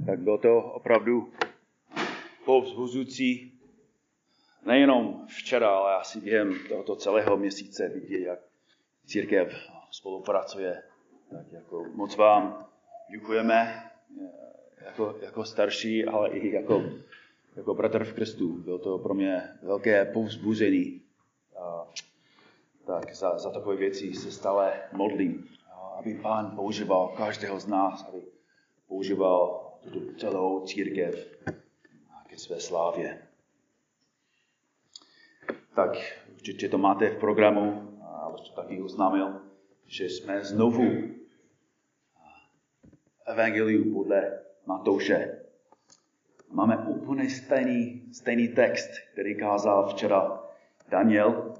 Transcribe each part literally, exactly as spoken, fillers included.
Tak bylo to opravdu povzbuzující. Nejenom včera, ale asi během tohoto celého měsíce vidět, jak církev spolupracuje. Tak jako moc vám děkujeme jako, jako starší, ale i jako, jako bratr v Kristu. Bylo to pro mě velké povzbuzení. A, tak za, za takové věci se stále modlím, aby Pán používal každého z nás, aby používal tuto celou církev ke své slávě. Tak určitě to máte v programu, ale to taky oznámil, že jsme znovu evangeliu podle Matouše. Máme úplně stejný, stejný text, který kázal včera Daniel.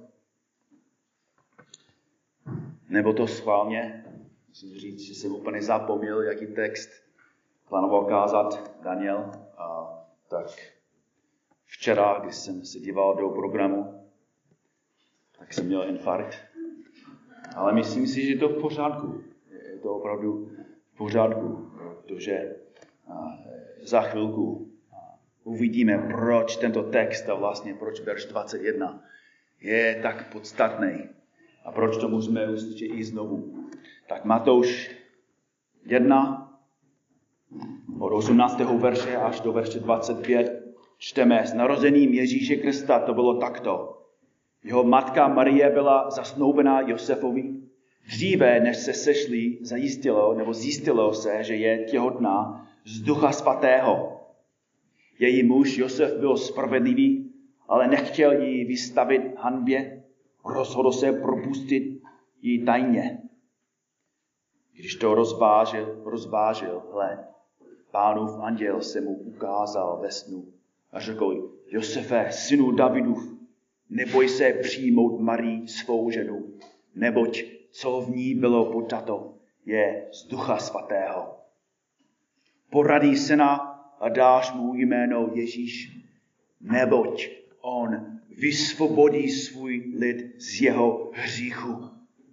Nebo to schválně, musím říct, že jsem úplně zapomněl, jaký text plánoval kázat Daniel. A tak včera, když jsem se díval do programu, tak jsem měl infarkt. Ale myslím si, že je to v pořádku. Je to opravdu v pořádku, protože za chvilku uvidíme, proč tento text a vlastně proč verš dvacet jedna je tak podstatný a proč to můžeme uslyšet i znovu. Tak Matouš jedna, od osmnáctého verše až do verše dvacet pět, čteme: S narozením Ježíše Krista to bylo takto. Jeho matka Marie byla zasnoubená Josefovi. Dříve, než se sešli, zajistilo, nebo zjistilo se, že je těhotná z Ducha Svatého. Její muž Josef byl spravedlivý, ale nechtěl ji vystavit hanbě. Rozhodl se propustit ji tajně. Když to rozvážil, rozvážil, hle, Pánův anděl se mu ukázal ve snu a řekl: Josefe, synu Davidův, neboj se přijmout Marii svou ženu, neboť co v ní bylo počato, je z Ducha Svatého. Poradí syna a dáš mu jméno Ježíš, neboť on vysvobodí svůj lid z jeho hříchu.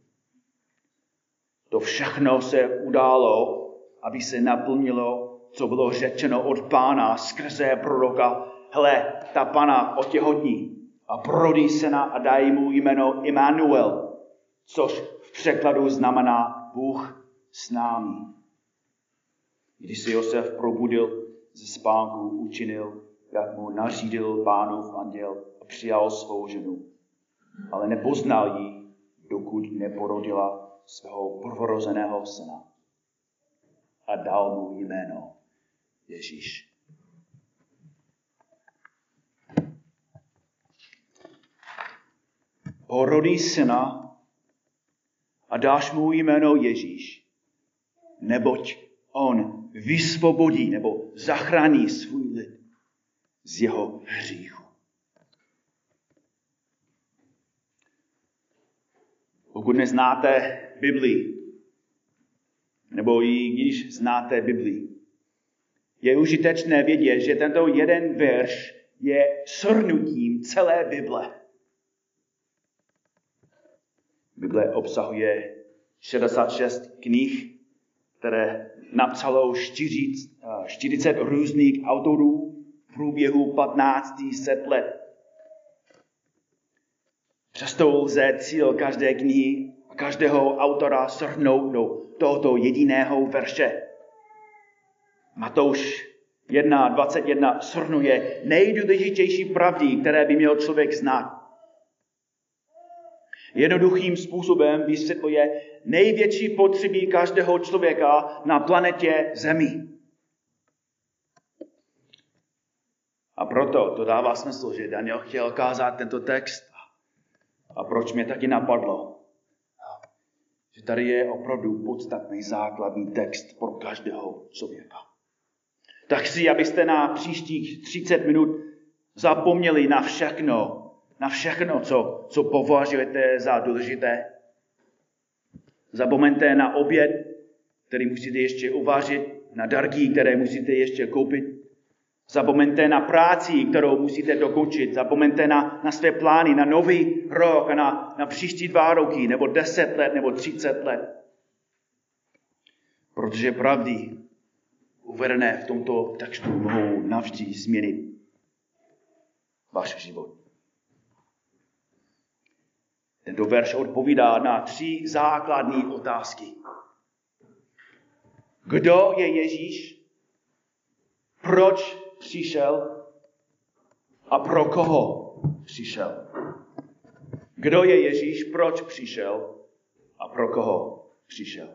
To všechno se událo, aby se naplnilo, co bylo řečeno od Pána skrze proroka. Hle, ta Pana otěhotní a porodí syna a dají mu jméno Immanuel, což v překladu znamená Bůh s námi. Když se Josef probudil ze spánku, učinil, jak mu nařídil Pánův anděl, a přijal svou ženu. Ale nepoznal ji, dokud neporodila svého prvorozeného syna. A dal mu jméno Ježíš. Porodí syna a dáš mu jméno Ježíš, neboť on vysvobodí nebo zachrání svůj lid z jeho hříchu. Pokud neznáte Biblii, nebo i když znáte Biblii, je užitečné vědět, že tento jeden verš je shrnutím celé Bible. Bible obsahuje šedesát šest knih, které napsalo čtyřicet různých autorů v průběhu patnáct set let. Přesto lze cíl každé knihy a každého autora shrnout do tohoto jediného verše. Matouš jedna dvacet jedna shrnuje nejdůležitější pravdy, které by měl člověk znát. Jednoduchým způsobem vysvětluje největší potřeby každého člověka na planetě Zemi. A proto to dává smysl, že Daniel chtěl kázat tento text. A proč mě taky napadlo? Že tady je opravdu podstatný základní text pro každého člověka. Tak si, abyste na příštích třicet minut zapomněli na všechno, na všechno, co, co považujete za důležité. Zapomeňte na oběd, který musíte ještě uvařit, na dárky, které musíte ještě koupit. Zapomeňte na práci, kterou musíte dokončit. Zapomeňte na, na své plány, na nový rok a na, na příští dva roky, nebo deset let, nebo třicet let. Protože pravdy uvedené v tomto textu mohou navždy změnit váš život. Tento verš odpovídá na tři základní otázky. Kdo je Ježíš? Proč přišel? A pro koho přišel? Kdo je Ježíš? Proč přišel? A pro koho přišel?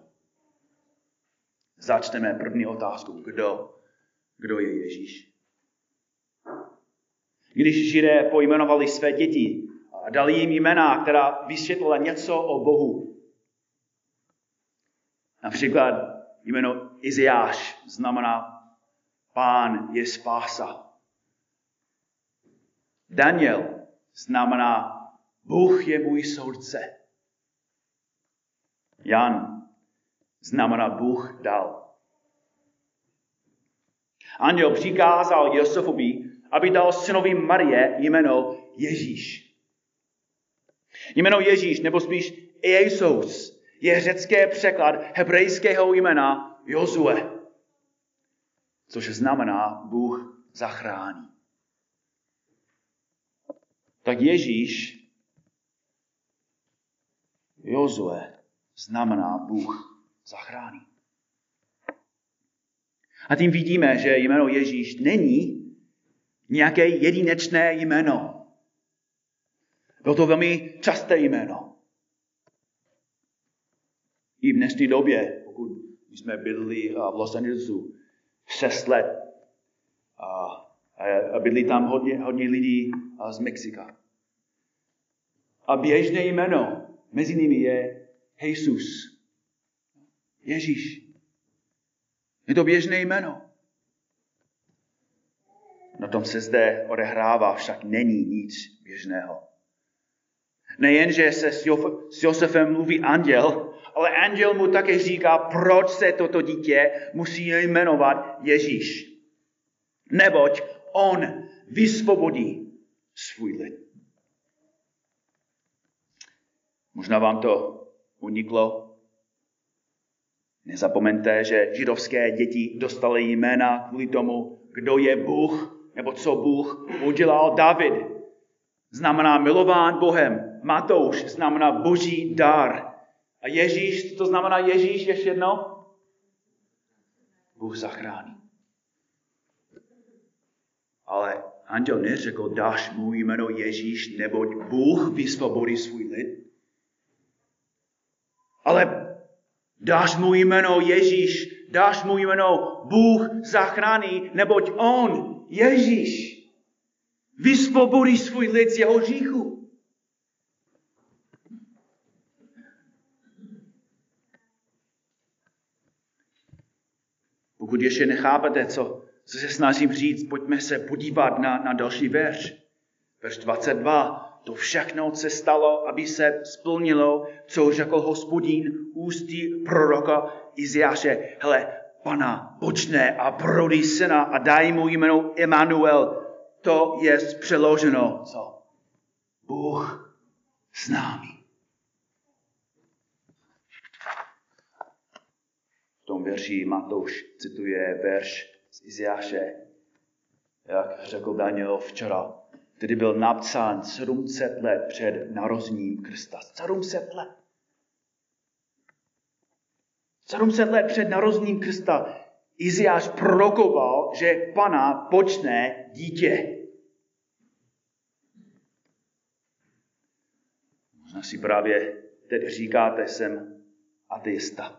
Začneme první otázkou. Kdo? Kdo je Ježíš? Když Židé pojmenovali své děti a dali jim jména, která vysvětlila něco o Bohu. Například jméno Izajáš znamená Pán je spása. Daniel znamená Bůh je můj soudce. Jan znamená Bůh dal. Anděl přikázal Josefovi, aby dal synovi Marie jméno Ježíš. Jméno Ježíš, nebo spíš Iesus, je řecké překlad hebrejského jména Jozue, což znamená Bůh zachrání. Tak Ježíš, Jozue, znamená Bůh zachrání. A tím vidíme, že jméno Ježíš není nějaké jedinečné jméno. Bylo to velmi časté jméno. I v dnešní době, pokud jsme bydleli v Los Angelesu šest let a, a bydli tam hodně, hodně lidí z Mexika. A běžné jméno mezi nimi je Jesus. Ježíš. Je to běžné jméno. Na tom se zde odehrává, však není nic běžného. Nejenže se s, jo- s Josefem mluví anděl, ale anděl mu také říká, proč se toto dítě musí jmenovat Ježíš. Neboť on vysvobodí svůj lid. Možná vám to uniklo. Nezapomeňte, že židovské děti dostaly jména kvůli tomu, kdo je Bůh, nebo co Bůh udělal. David znamená milován Bohem. Matouš znamená boží dar. A Ježíš, to znamená Ježíš ještě jednou? Bůh zachrání. Ale anděl neřekl, dáš mu jméno Ježíš, neboť Bůh vysvobodí svůj lid. Ale dáš mu jméno Ježíš, dáš mu jméno Bůh zachrání, neboť on, Ježíš, vysvobodí svůj lid z jeho hříchu. Pokud ještě nechápete, co, co se snažím říct, pojďme se podívat na, na další verš. Verš dvacet dva. To všechno se stalo, aby se splnilo, co řekl Hospodin ústy proroka Izajáše. Hele, Pana počne a porodí syna a daj mu jméno Emanuel. To je přeloženo, co? Bůh s námi. V tom verši Matouš cituje verš z Izajáše, jak řekl Daniel včera, který byl napsán sedm set let před narozením Krista. sedm set let. sedm set let před narozením Krista Izajáš prorokoval, že Pana počne dítě. Možná si právě teď říkáte, jsem ateista.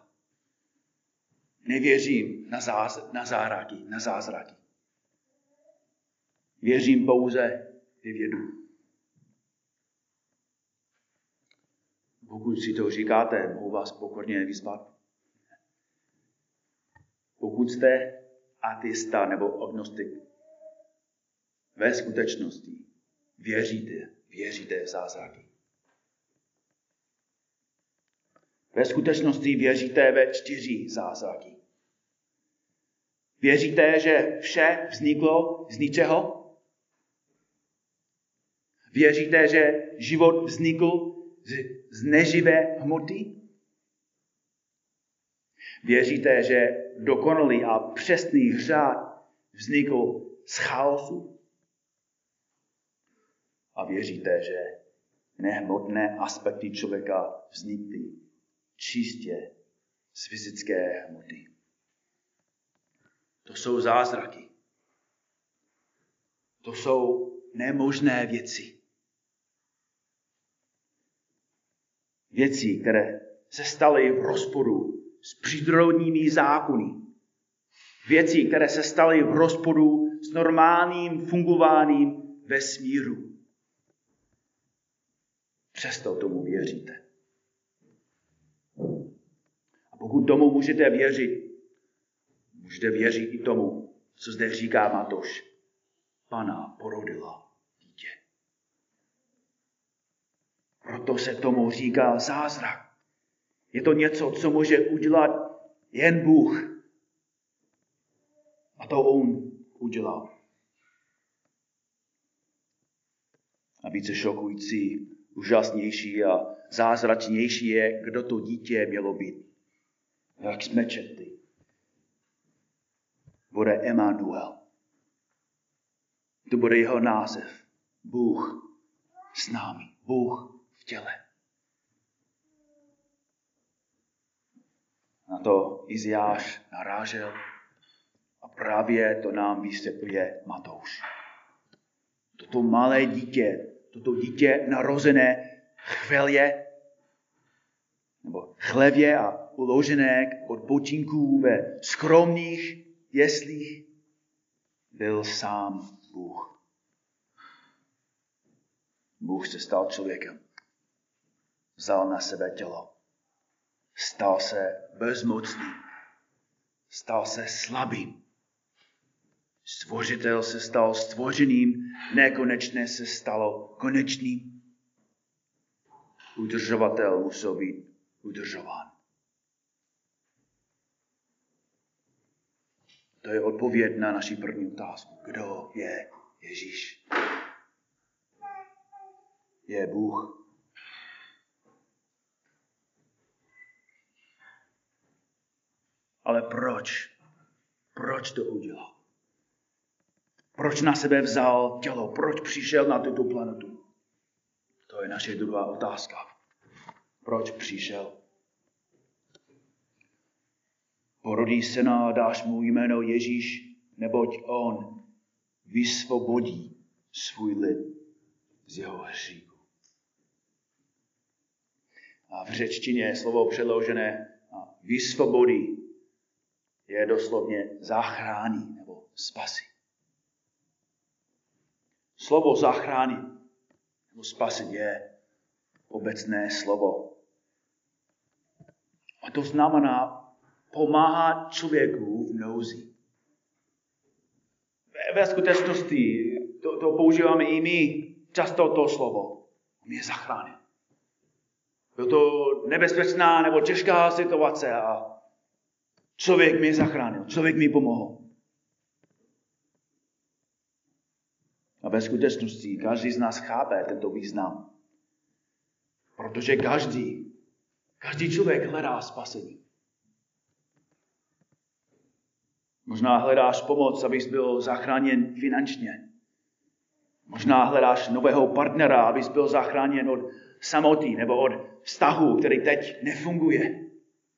Nevěřím na, záz, na zázraky, na zázraky. Věřím pouze ve vědu. Pokud si to říkáte, mohu vás pokorně vyzvat. Pokud jste ateista nebo agnostik, ve skutečnosti věříte, věříte v zázraky. Ve skutečnosti věříte ve čtyři zázraky. Věříte, že vše vzniklo z ničeho? Věříte, že život vznikl z, z neživé hmoty? Věříte, že dokonalý a přesný řád vznikl z chaosu? A věříte, že nehmotné aspekty člověka vznikly čistě z fyzické hmoty? To jsou zázraky. To jsou nemožné věci. Věci, které se staly v rozporu s přírodními zákony. Věci, které se staly v rozporu s normálním fungováním vesmíru. Přesto tomu věříte. A pokud tomu můžete věřit, můžete věřit i tomu, co zde říká Matouš. Pana porodila dítě. Proto se tomu říká zázrak. Je to něco, co může udělat jen Bůh. A to on udělal. A více šokující, úžasnější a zázračnější je, kdo to dítě mělo být. Jak jsme četli. Bude Emanuel. To bude jeho název. Bůh s námi. Bůh v těle. Na to Izajáš narážel a právě to nám vysvětluje Matouš. Toto malé dítě, toto dítě narozené chvělě, nebo chlevě a uložené od počinků ve skromných jeslích, byl sám Bůh. Bůh se stal člověkem. Vzal na sebe tělo. Stal se bezmocný. Stal se slabým. Stvořitel se stal stvořeným, nekonečné se stalo konečným. Udržovatel musel být udržován. To je odpověď na naši první otázku. Kdo je Ježíš? Je Bůh. Ale proč? Proč to udělal? Proč na sebe vzal tělo? Proč přišel na tuto planetu? To je naše druhá otázka. Proč přišel? Porodí syna a dáš mu jméno Ježíš, neboť on vysvobodí svůj lid z jeho hříchu. A v řečtině je slovo přeložené vysvobodí je doslovně zachrání nebo spasí. Slovo zachránit nebo spasit je obecné slovo. A to znamená pomáhat člověku v nouzi. Ve skutečnosti to, to používáme i my často to slovo. Mě zachránil. Byl to nebezpečná nebo těžká situace a člověk mě zachránil. Člověk mi pomohl. A ve skutečnosti každý z nás chápe tento význam. Protože každý, každý člověk hledá spasení. Možná hledáš pomoc, abys byl zachráněn finančně. Možná hledáš nového partnera, abys byl zachráněn od samoty nebo od vztahu, který teď nefunguje.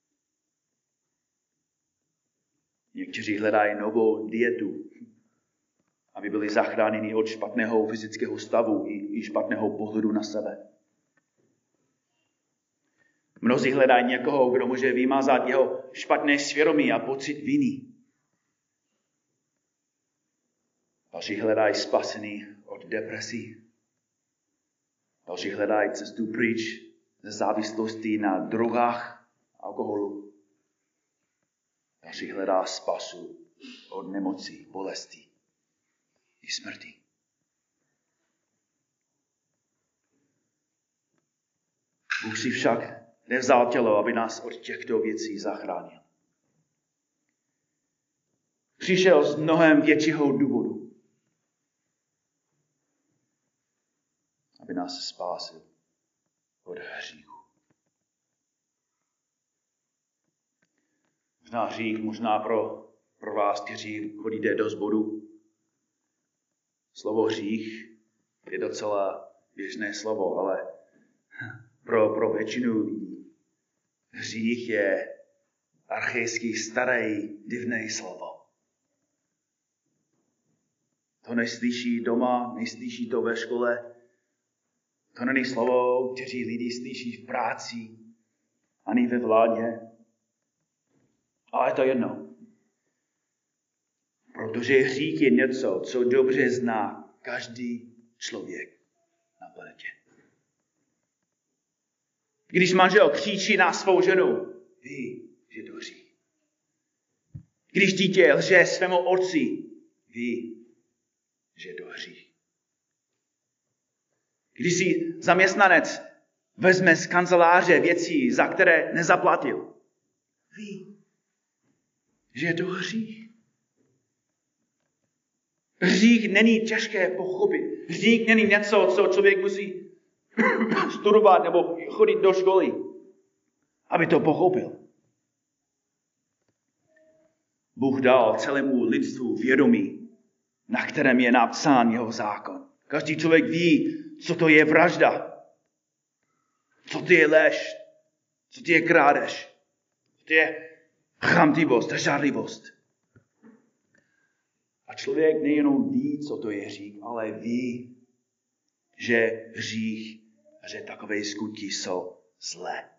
Někteří hledají novou dietu, aby byli zachráněni od špatného fyzického stavu i, i špatného pohledu na sebe. Mnozí hledají někoho, kdo může vymazat jeho špatné svědomí a pocit viny. Další hledají spasení od depresí. Další hledají cestu pryč ze závislosti na drogách, alkoholu. Další hledá spasu od nemocí, bolesti i smrti. Bůh si však nevzal tělo, aby nás od těchto věcí zachránil. Přišel z mnohem většího důvodu. Aby nás spásil od hříchu. Možná hřích, možná pro, pro vás, kteří chodíte do sboru. Slovo hřích je docela běžné slovo, ale pro, pro většinu lidí hřích je archaický, starý, divný slovo. To neslyší doma, neslyší to ve škole. To není slovo, kteří lidi slyší v práci, ani ve vládě. Ale je to jedno. Protože hřích je něco, co dobře zná každý člověk na planetě. Když manžel křičí na svou ženu, ví, že to hřích. Když dítě lže svému otci, ví, že to hřích. Když si zaměstnanec vezme z kanceláře věci, za které nezaplatil, ví, že je to hřích. Hřích není těžké pochopit. Hřích není něco, co člověk musí studovat nebo chodit do školy, aby to pochopil. Bůh dal celému lidstvu vědomí, na kterém je napsán jeho zákon. Každý člověk ví, co to je vražda, co to je lež, co to je krádež, co to je chamtivost a žárlivost. A člověk nejenom ví, co to je hřích, ale ví, že hřích a že takové skutky jsou zlé.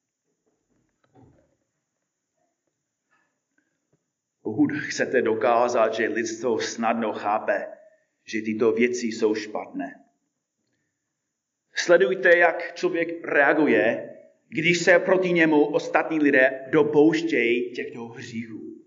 Pokud chcete dokázat, že lidstvo snadno chápe, že tyto věci jsou špatné, sledujte, jak člověk reaguje, když se proti němu ostatní lidé dopouštějí těchto hříchů.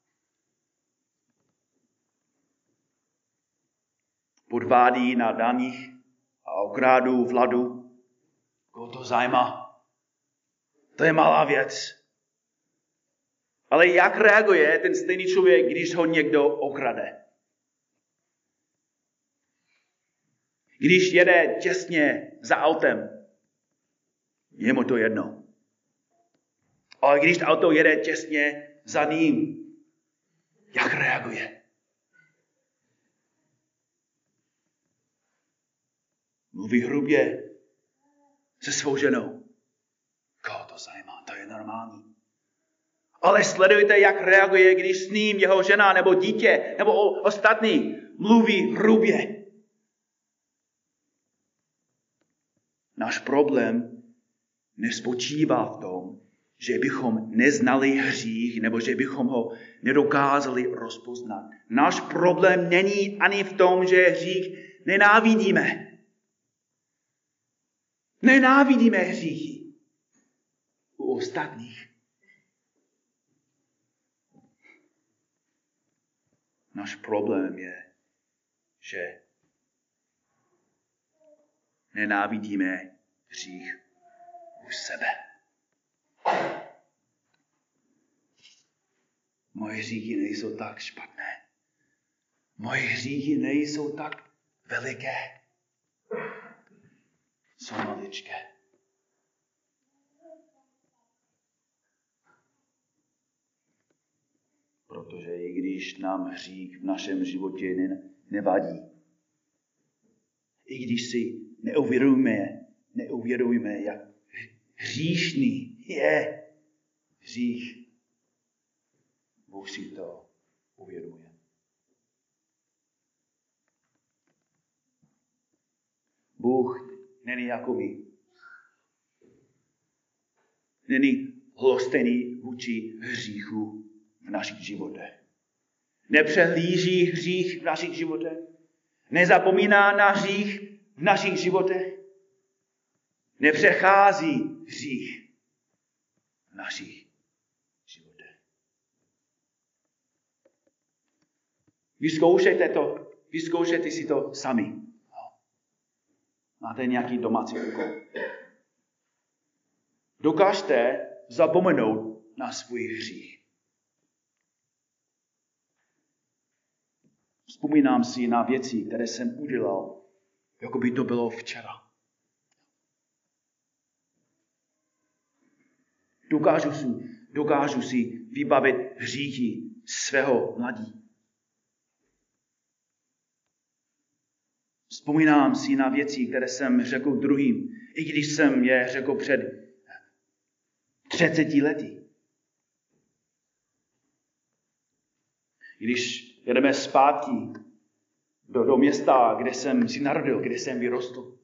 Podvádí na daních a okrádů vládu. Koho to zajímá? To je malá věc. Ale jak reaguje ten stejný člověk, když ho někdo okrade? Když jede těsně za autem, je mu to jedno. Ale když auto jede těsně za ním, jak reaguje? Mluví hrubě se svou ženou. Koho to zajímá? To je normální. Ale sledujte, jak reaguje, když s ním jeho žena nebo dítě nebo ostatní mluví hrubě. Náš problém nespočívá v tom, že bychom neznali hřích nebo že bychom ho nedokázali rozpoznat. Náš problém není ani v tom, že hřích nenávidíme. Nenávidíme hříchy u ostatních. Náš problém je, že nenávidíme hřích u sebe. Moje hříchy nejsou tak špatné. Moje hříchy nejsou tak veliké. Jsou maličké. Protože i když nám hřích v našem životě nevadí, i když si neuvědomujeme, neuvědomujeme, jak hříšný je hřích, Bůh si to uvědomuje. Bůh není jako my. Není hlostený vůči hříchu v našich životech. Nepřehlíží hřích v našich životech. Nezapomíná na hřích v našich životech. Nepřechází hřích v našich životech. Vyzkoušejte to. Vyzkoušejte si to sami. Máte nějaký domácí úkol. Dokážte zapomenout na svůj hřích. Vzpomínám si na věci, které jsem udělal, jako by to bylo včera. Dokážu si, dokážu si vybavit hříchy svého mladí. Vzpomínám si na věci, které jsem řekl druhým, i když jsem je řekl před třiceti lety. Když jedeme zpátky do, do města, kde jsem si narodil, kde jsem vyrostl.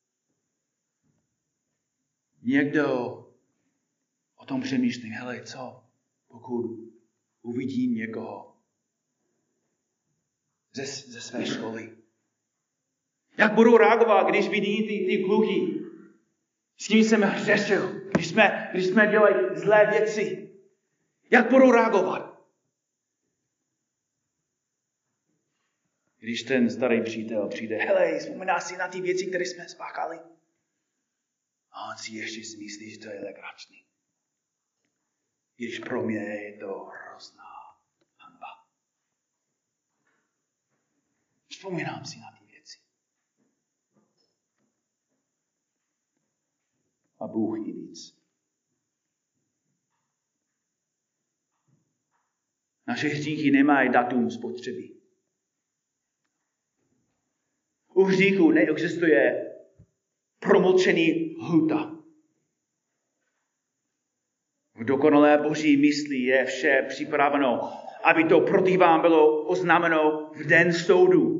Někdo o tom přemýšlí, hele, co, pokud uvidím někoho ze, ze své školy. Jak budu reagovat, když vidí ty, ty kluky, s nimi jsem hřešil, když jsme, když jsme dělali zlé věci. Jak budu reagovat? Když ten starý přítel přijde, hele, vzpomíná si na ty věci, které jsme spáchali. A on si ještě si myslí, že to je legrační. Když pro mě je to hrozná hanba. Vzpomínám si na ty věci. A Bůh i víc. Naše hříchy nemají datum spotřeby. U hříchu neexistuje promlčený lhůta. V dokonalé Boží mysli je vše připraveno, aby to proti vám bylo oznámeno v den soudu.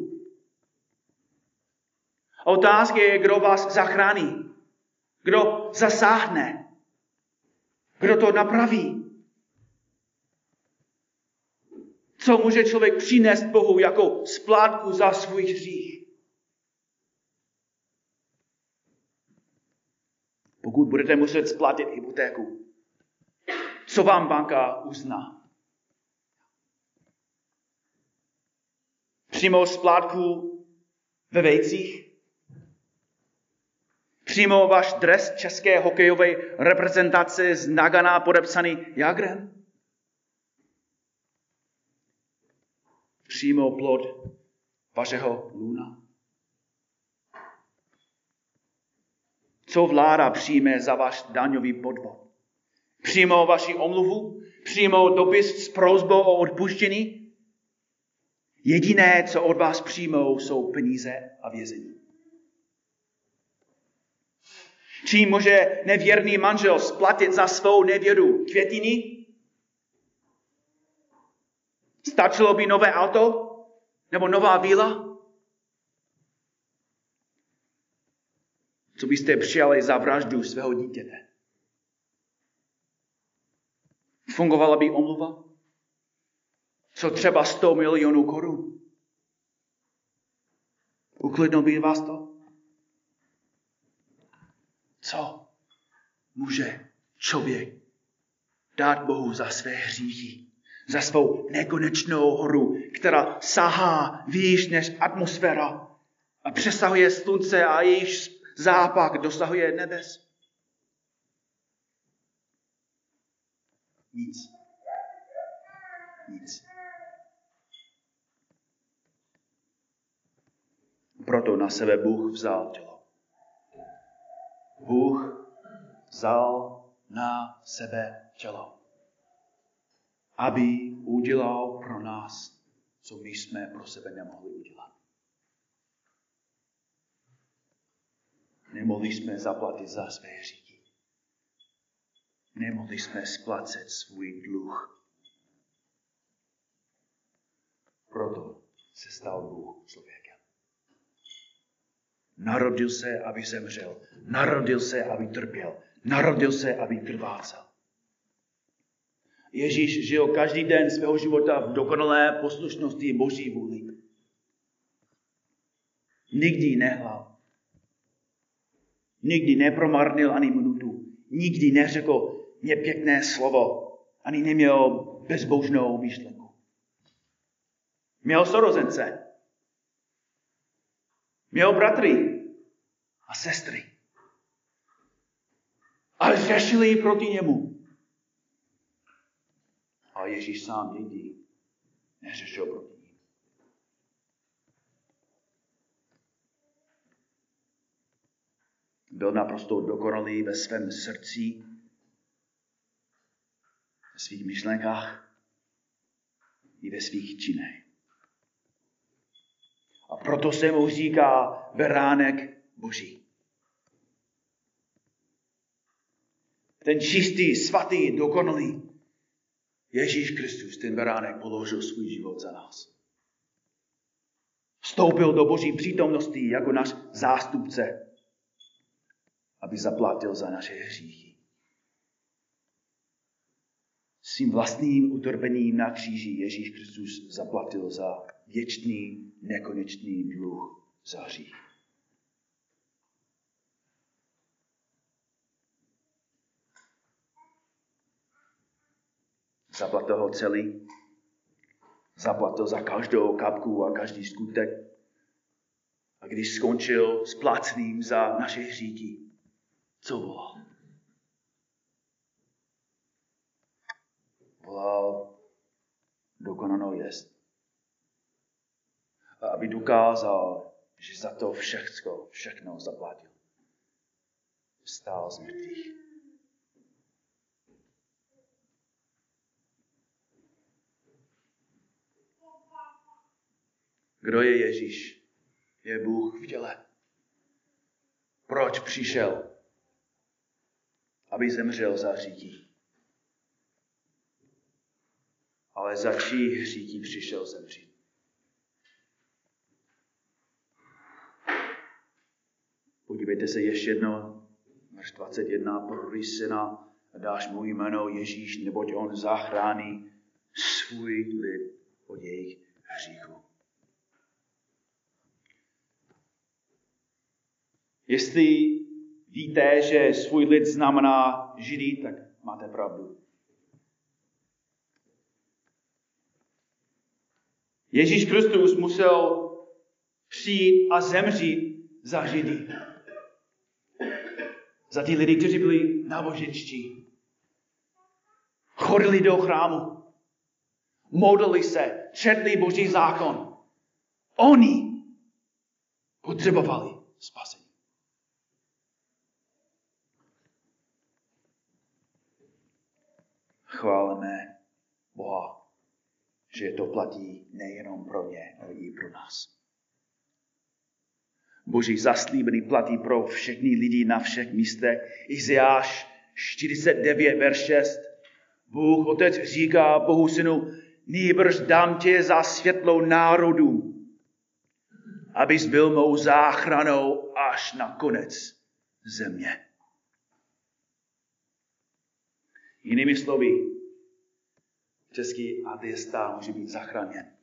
Otázka je, kdo vás zachrání, kdo zasáhne, kdo to napraví. Co může člověk přinést Bohu jako splátku za svůj hřích? Pokud budete muset splatit hypotéku, co vám banka uzná? Přímo splátku ve vejcích? Přímo váš dres české hokejové reprezentace z Nagana podepsaný Jagrem? Přímo plod vašeho luna? Co vláda přijme za váš daňový podvod? Přímo vaši omluvu? Přímo dopis s prosbou o odpuštění? Jediné, co od vás přijmou, jsou peníze a vězení. Čím může nevěrný manžel splatit za svou nevěru? Květiny? Stačilo by nové auto? Nebo nová vila? Co byste přijali za vraždu svého dítěte? Fungovala by omluva? Co třeba sto milionů korun? Uklidnil by vás to? Co může člověk dát Bohu za své hříchy? Za svou nekonečnou horu, která sahá výš než atmosféra a přesahuje slunce a jejíž zápach dosahuje nebes. Nic. Nic. Proto na sebe Bůh vzal tělo. Bůh vzal na sebe tělo, aby udělal pro nás, co my jsme pro sebe nemohli udělat. Nemohli jsme zaplatit za své hříchy. Nemohli jsme splacet svůj dluh. Proto se stal Bůh člověkem. Narodil se, aby zemřel. Narodil se, aby trpěl. Narodil se, aby krvácel. Ježíš žil každý den svého života v dokonalé poslušnosti Boží vůli. Nikdy nehlal. Nikdy nepromarnil ani minutu. Nikdy neřekl nepěkné slovo. Ani neměl bezbožnou myšlenku. Měl sorozence. Měl bratry a sestry. Ale řešili proti němu. A Ježíš sám nikdy neřešil proti ním. Byl naprosto dokonalý ve svém srdci. ve svých myšlenkách i ve svých činech. A proto se mu říká beránek Boží. Ten čistý, svatý, dokonalý Ježíš Kristus, ten beránek, položil svůj život za nás. Vstoupil do Boží přítomnosti jako náš zástupce, aby zaplatil za naše hříchy. Svým vlastním utrpením na kříži Ježíš Kristus zaplatil za věčný, nekonečný dluh za hřích. Zaplatil ho celý. Zaplatil za každou kapku a každý skutek. A když skončil s placením za naše hříchy, co volal? Volal, dokonáno jest. A aby dokázal, že za to všechno, všechno zaplatil. Vstál z mrtvých. Kdo je Ježíš? Je Bůh v těle. Proč přišel? Aby zemřel za hříchy. Ale za čí hříchy přišel zemřít? Podívejte se ještě jednou, verš dvacet jedna, prorůj syna a dáš mu jméno Ježíš, neboť on zachrání svůj lid od jejich hříchů. Jestli víte, že svůj lid znamená Židí, tak máte pravdu. Ježíš Kristus musel přijít a zemřít za Židy. Za ty lidi, kteří byli náboženští. Chodili do chrámu. Modlili se. Četli Boží zákon. Oni potřebovali spasení. Chválíme Boha, že to platí nejenom pro ně, ale i pro nás. Boží zaslíbený platí pro všechny lidi na všech místech. Izajáš čtyřicet devět, verš šest. Bůh Otec říká Bohu Synu, nýbrž dám tě za světlou národů, abys byl mou záchranou až na konec země. Jinými slovy, český ateista může být zachráněn.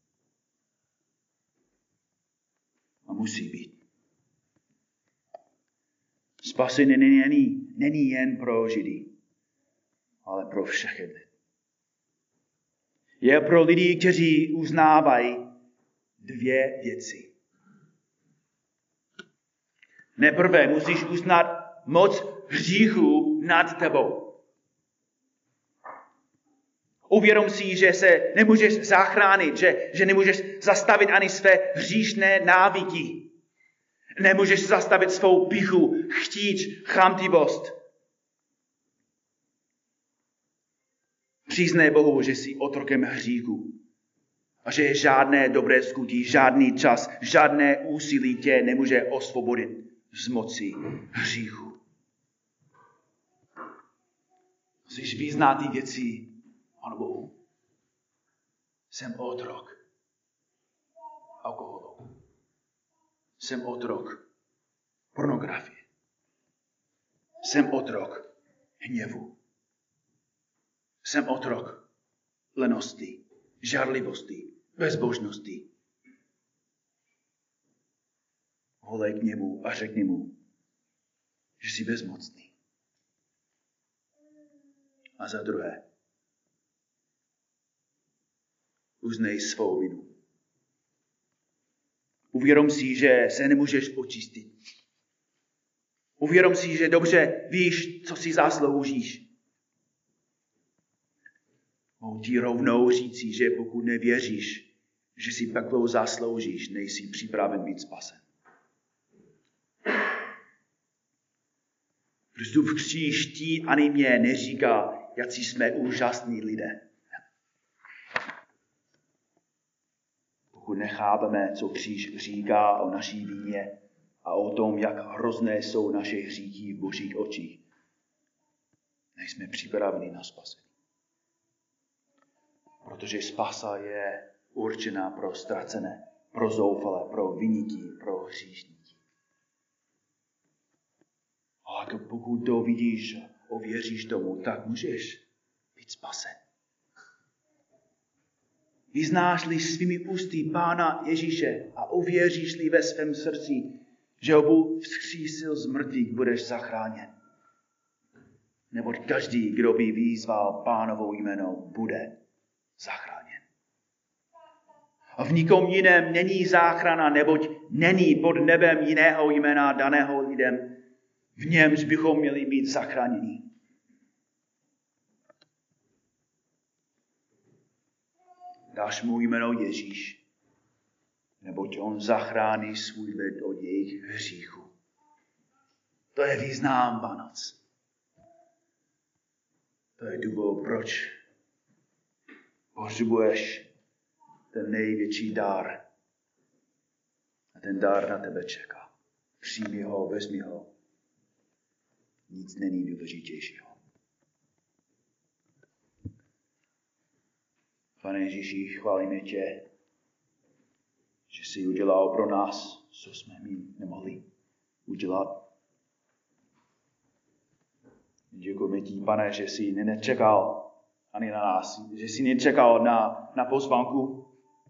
A musí být. Spasení není, není jen pro Židy, ale pro všechny. Je pro lidi, kteří uznávají dvě věci. Nejprve musíš uznat moc hříchu nad tebou. Uvědom si, že se nemůžeš zachránit, že, že nemůžeš zastavit ani své hříšné návyky. Nemůžeš zastavit svou pýchu, chtíč, chamtivost. Přiznej Bohu, že jsi otrokem hříchu. A že žádné dobré skutky, žádný čas, žádné úsilí tě nemůže osvobodit z moci hříchu. Musíš vyznat ty věci Pánu Bohu. Jsem otrok alkoholu. Jsem otrok pornografie. Jsem otrok hněvu. Jsem otrok lenosti, žárlivosti, bezbožnosti. Volej k němu a řekni mu, že jsi bezmocný. A za druhé, uznej svou vinu. Uvědom si, že se nemůžeš očistit. Uvědom si, že dobře víš, co si zasloužíš. Mohu ti rovnou říci, že pokud nevěříš, že si peklo zasloužíš, nejsi připraven být spasen. Kristův kříž ti ani mě neříká, jaký jsme úžasní lidé. Pokud nechápeme, co kříž říká o naší víně a o tom, jak hrozné jsou naše hříchy v Božích očích, nejsme připraveni na spasení. Protože spasa je určená pro ztracené, pro zoufalé, pro viníky, pro hříšníky. Ale pokud to vidíš, ověříš tomu, tak můžeš být spasen. Vyznáš-li svými ústy Pána Ježíše a uvěříš-li ve svém srdci, že ho Bůh vzkřísil z mrtvých, budeš zachráněn. Neboť každý, kdo by vyzval Pánovo jméno, bude zachráněn. A v nikom jiném není záchrana, neboť není pod nebem jiného jména daného lidem, v němž bychom měli být zachráněni. Dáš mu jméno Ježíš, neboť on zachrání svůj lid od jejich hříchu. To je význam Vánoc. To je důvod, proč potřebuješ ten největší dar. A ten dar na tebe čeká. Přijmi ho, vezmi ho. Nic není důležitějšího. Pane Ježíši, chválíme tě, že jsi udělal pro nás, co jsme my nemohli udělat. Děkujeme ti, Pane, že jsi nečekal ani na nás, že jsi nečekal na, na pozvánku.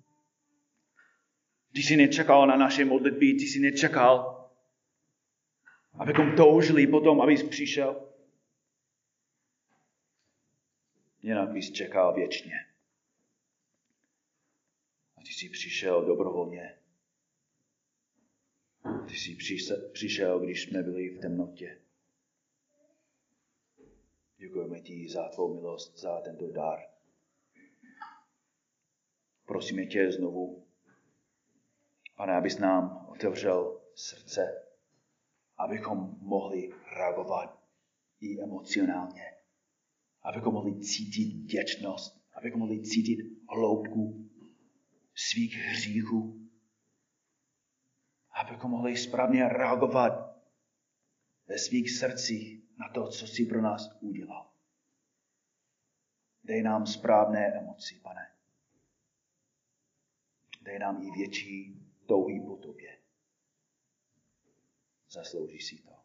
Ty jsi nečekal na naše modlitby, ty jsi nečekal, abychom toužili potom, abys přišel. Jinak bys čekal věčně. A ty jsi přišel dobrovolně. Ty jsi přišel, když jsme byli v temnotě. Děkujeme ti za tvou milost, za tento dar. Prosíme tě znovu, Pane, abys nám otevřel srdce, abychom mohli reagovat i emocionálně, abychom mohli cítit vděčnost, abychom mohli cítit hloubku svých hříchů, abychom mohli správně reagovat ve svých srdcích na to, co jsi pro nás udělal. Dej nám správné emoci, Pane. Dej nám i větší touhy po tobě. Zasloužíš si to.